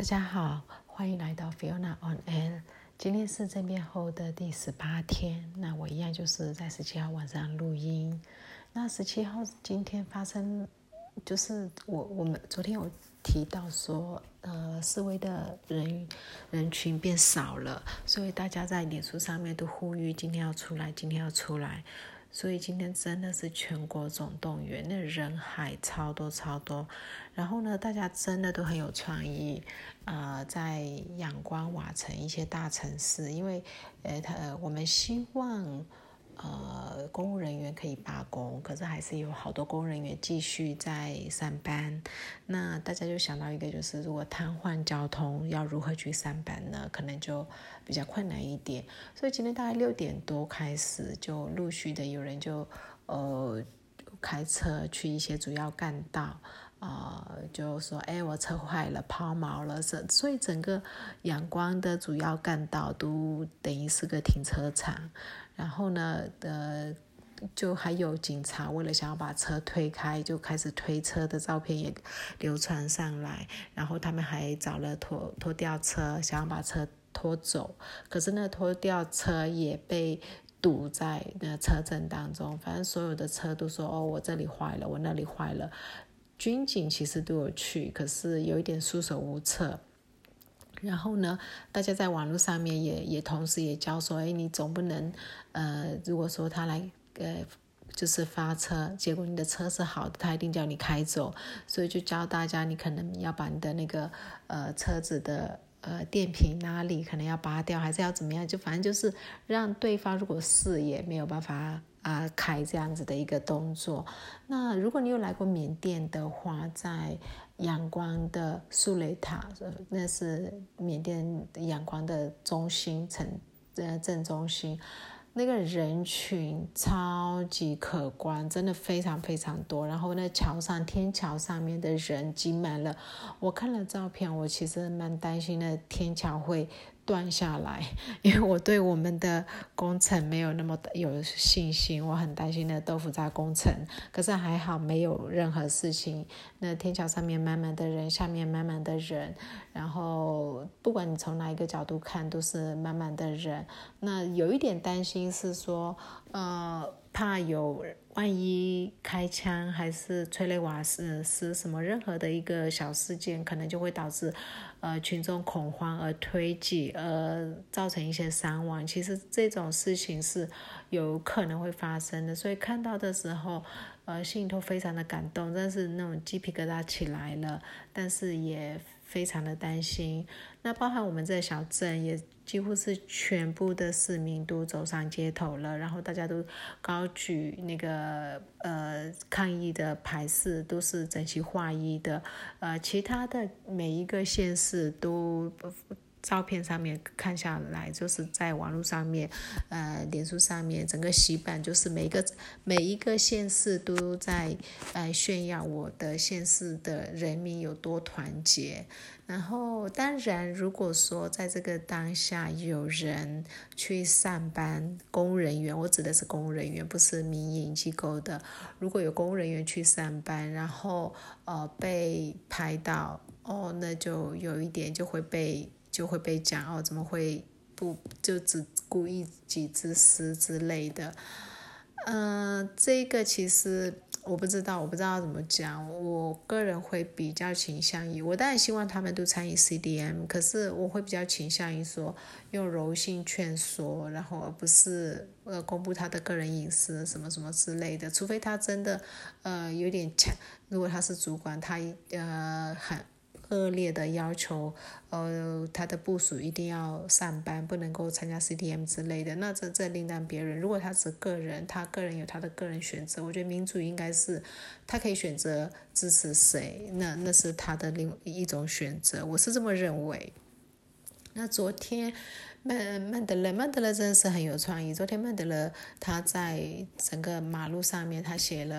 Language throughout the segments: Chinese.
家好，欢迎来到 Fiona on Air。今天是政变后的第18天，那我一样就是在17号晚上录音。那17号今天发生，就是我们昨天有提到说，示威的人群变少了，所以大家在脸书上面都呼吁今天要出来，今天要出来。所以今天真的是全国总动员，那人海超多。然后呢，大家真的都很有创意，在仰光、瓦城一些大城市，因为我们希望公务人员可以罢工，可是还是有好多公务人员继续在上班。那大家就想到一个，就是如果瘫痪交通，要如何去上班呢？可能就比较困难一点。所以今天大概6点多开始，就陆续的有人就开车去一些主要干道。就说我车坏了，抛锚了，所以整个仰光的主要干道都等于是个停车场。然后呢就还有警察为了想要把车推开，就开始推车的照片也流传上来。然后他们还找了拖吊车，想要把车拖走，可是那拖吊车也被堵在那车阵当中。反正所有的车都说我这里坏了，我那里坏了。军警其实都有去，可是有一点束手无策。然后呢，大家在网络上面也同时也教说，你总不能如果说他来就是发车，结果你的车是好的，他一定叫你开走，所以就教大家，你可能要把你的那个车子的电瓶哪里可能要拔掉，还是要怎么样，就反正就是让对方如果是也没有办法开这样子的一个动作。那如果你有来过缅甸的话，在仰光的苏雷塔，那是缅甸仰光的中心正中心，那个人群超级可观，真的非常多。然后那天桥上面的人挤满了，我看了照片，我其实蛮担心的天桥会断下来，因为我对我们的工程没有那么有信心，我很担心那豆腐渣工程。可是还好没有任何事情，那天桥上面满满的人，下面满满的人，然后不管你从哪一个角度看都是满满的人。那有一点担心是说怕有万一开枪还是催泪瓦斯什么任何的一个小事件，可能就会导致群众恐慌而推挤，造成一些伤亡。其实这种事情是有可能会发生的，所以看到的时候心里头非常的感动，真是那种鸡皮疙瘩起来了，但是也非常的担心。那包含我们这个小镇也几乎是全部的市民都走上街头了，然后大家都高举那个抗议的牌势，都是整齐划一的。其他的每一个县市都照片上面看下来，就是在网络上面脸书上面整个洗版，就是每一个县市都在炫耀我的县市的人民有多团结。然后当然如果说在这个当下有人去上班，公务人员，我指的是公务人员，不是民营机构的，如果有公务人员去上班，然后被拍到那就有一点就会被讲怎么会不就只故意己之私之类的。这个其实我不知道怎么讲，我个人会比较倾向于，我当然希望他们都参与 CDM， 可是我会比较倾向于说用柔性劝说，然后而不是公布他的个人隐私什么什么之类的，除非他真的有点强，如果他是主管，他很恶劣的要求他的部属一定要上班，不能够参加 CDM 之类的，那这另当别论。如果他是个人，他个人有他的个人选择，我觉得民主应该是他可以选择支持谁，那是他的另一种选择，我是这么认为。那昨天曼德勒真的是很有创意。昨天曼德勒他在整个马路上面他写了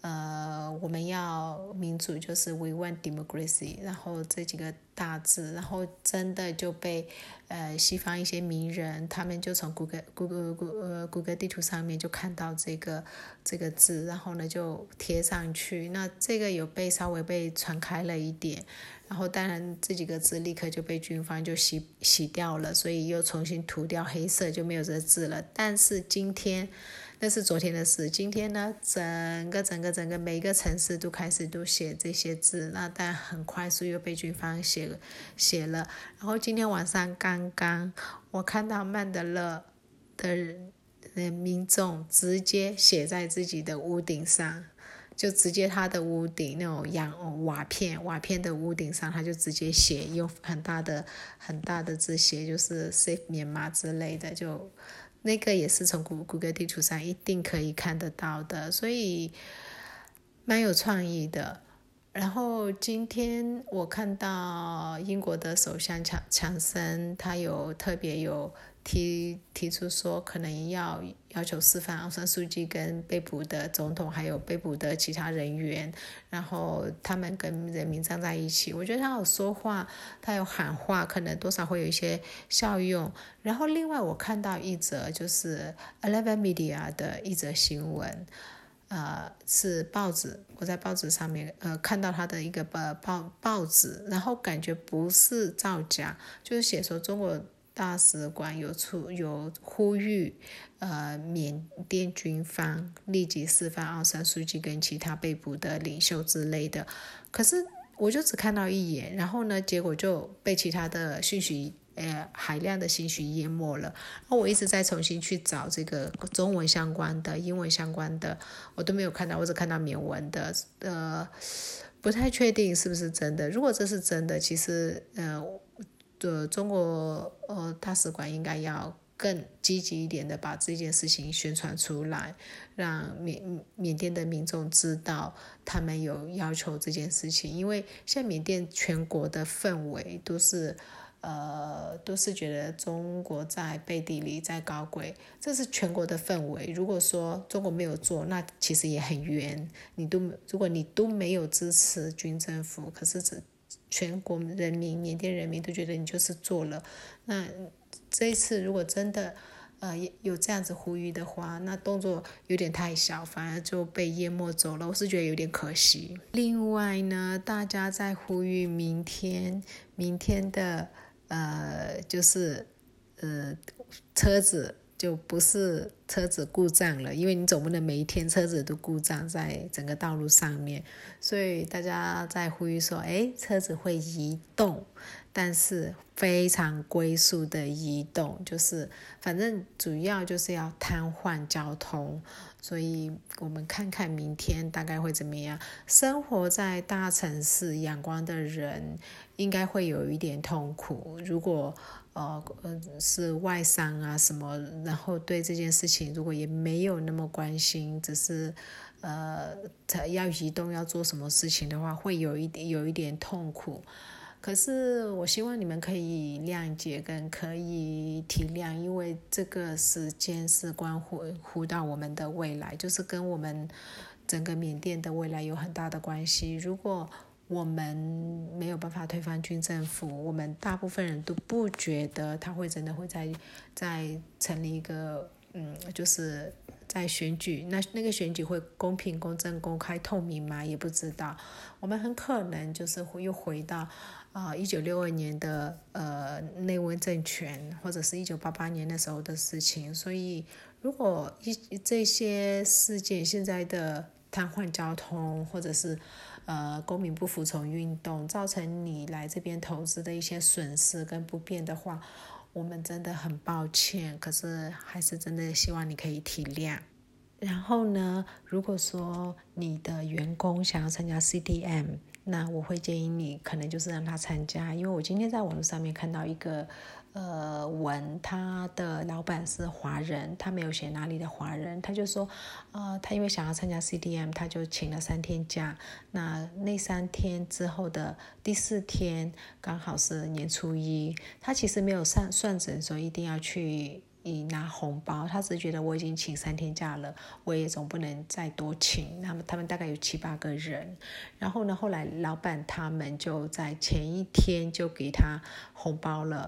我们要民主，就是 We want democracy， 然后这几个大字，然后真的就被西方一些名人，他们就从谷歌地图上面就看到这个字，然后呢就贴上去，那这个有稍微被传开了一点，然后当然这几个字立刻就被军方就洗掉了，所以又重新涂掉黑色，就没有这个字了。但是今天那是昨天的事，今天呢整个每一个城市都开始都写这些字，那但很快速又被军方写了。然后今天晚上刚刚我看到曼德勒的民众直接写在自己的屋顶上，就直接他的屋顶那种瓦片的屋顶上，他就直接写，用很大的字写，就是 Save Myanmar 之类的，就那个也是从谷歌地图上一定可以看得到的，所以蛮有创意的。然后今天我看到英国的首相强森，他特别提出说，可能要求释放昂山素季跟被捕的总统，还有被捕的其他人员，然后他们跟人民站在一起。我觉得他有说话，他有喊话，可能多少会有一些效用。然后另外我看到一则就是 Eleven Media 的一则新闻。是报纸，我在报纸上面看到他的一个报纸，然后感觉不是造假，就是写说中国大使馆有呼吁缅甸军方立即释放昂山素季跟其他被捕的领袖之类的，可是我就只看到一眼，然后呢结果就被其他的讯息海量的信息淹没了。然后我一直在重新去找这个中文相关的、英文相关的，我都没有看到，我只看到缅文的，不太确定是不是真的。如果这是真的，其实中国大使馆应该要更积极一点的把这件事情宣传出来，让缅甸的民众知道他们有要求这件事情。因为现在缅甸全国的氛围都是觉得中国在背地里在搞鬼，这是全国的氛围。如果说中国没有做，那其实也很冤。如果你都没有支持军政府，可是全国人民、缅甸人民都觉得你就是做了，那这一次如果真的有这样子呼吁的话，那动作有点太小，反而就被淹没走了，我是觉得有点可惜。另外呢，大家在呼吁明天的就是车子就不是车子故障了，因为你总不能每一天车子都故障在整个道路上面，所以大家在呼吁说，车子会移动，但是非常龟速的移动，就是反正主要就是要瘫痪交通。所以我们看看明天大概会怎么样。生活在大城市阳光的人应该会有一点痛苦，如果是外商啊什么，然后对这件事情如果也没有那么关心，只是要移动要做什么事情的话，会有一点痛苦。可是我希望你们可以谅解跟可以体谅，因为这个时间是关乎到我们的未来，就是跟我们整个缅甸的未来有很大的关系。如果我们没有办法推翻军政府，我们大部分人都不觉得他会真的会再成立一个就是在选举，那个选举会公平公正公开透明吗？也不知道。我们很可能就是又回到1962年的内温政权，或者是1988年那时候的事情。所以如果这些事件现在的瘫痪交通，或者是公民不服从运动造成你来这边投资的一些损失跟不便的话，我们真的很抱歉，可是还是真的希望你可以体谅。然后呢，如果说你的员工想要参加 CDM， 那我会建议你可能就是让他参加。因为我今天在网络上面看到一个文，他的老板是华人，他没有写哪里的华人，他就说他因为想要参加 CDM， 他就请了3天假，那3天之后的第4天刚好是年初一，他其实没有算准说一定要去拿红包，他只是觉得我已经请3天假了，我也总不能再多请。他们大概有7、8个人，然后呢，后来老板他们就在前一天就给他红包了，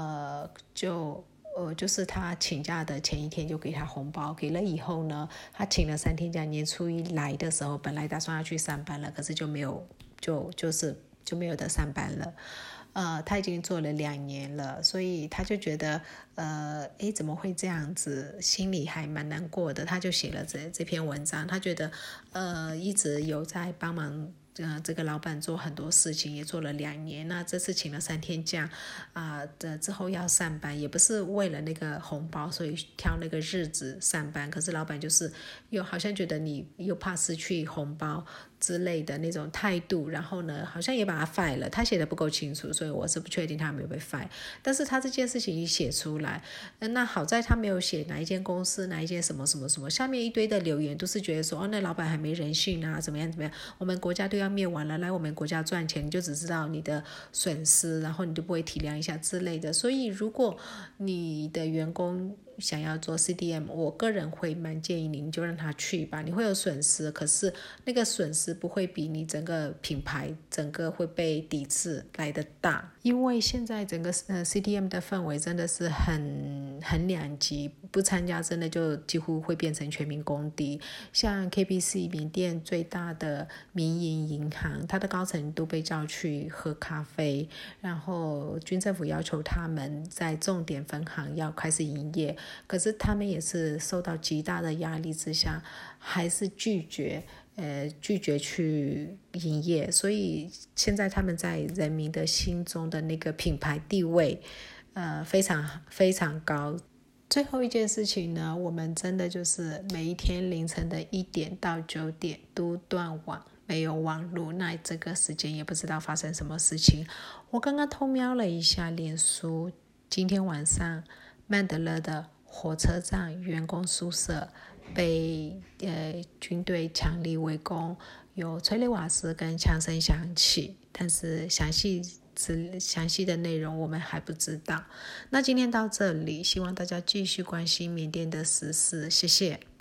就是他请假的前一天就给他红包，给了以后呢，他请了3天假，年初一来的时候，本来打算要去上班了，可是就没有得上班了。他已经做了2年了，所以他就觉得怎么会这样子，心里还蛮难过的。他就写了这篇文章，他觉得一直有在帮忙这个老板做很多事情，也做了2年。那这次请了3天假之后要上班，也不是为了那个红包，所以挑那个日子上班。可是老板就是好像觉得你又怕失去红包之类的那种态度，然后呢，好像也把他 fire 了。他写的不够清楚，所以我是不确定他有没有被 fire。但是他这件事情已写出来，那好在他没有写哪一间公司，哪一间什么什么什么，下面一堆的留言都是觉得说，那老板还没人性啊，怎么样怎么样，我们国家都要灭亡了，来我们国家赚钱，你就只知道你的损失，然后你就不会体谅一下之类的。所以如果你的员工想要做 CDM， 我个人会蛮建议你就让他去吧，你会有损失，可是那个损失不会比你整个品牌整个会被抵制来得大。因为现在整个CDM 的氛围真的是很两极，不参加真的就几乎会变成全民公敌。像 KBC 缅甸最大的民营银行，它的高层都被叫去喝咖啡，然后军政府要求他们在重点分行要开始营业，可是他们也是受到极大的压力之下，还是拒绝去营业。所以现在他们在人民的心中的那个品牌地位非常非常高。最后一件事情呢，我们真的就是每一天凌晨的1点到9点都断网，没有网路，那这个时间也不知道发生什么事情。我刚刚偷瞄了一下脸书，今天晚上曼德勒的火车站员工宿舍被军队强力围攻，有催泪瓦斯跟枪声响起，但是详细的内容我们还不知道。那今天到这里，希望大家继续关心缅甸的时事，谢谢。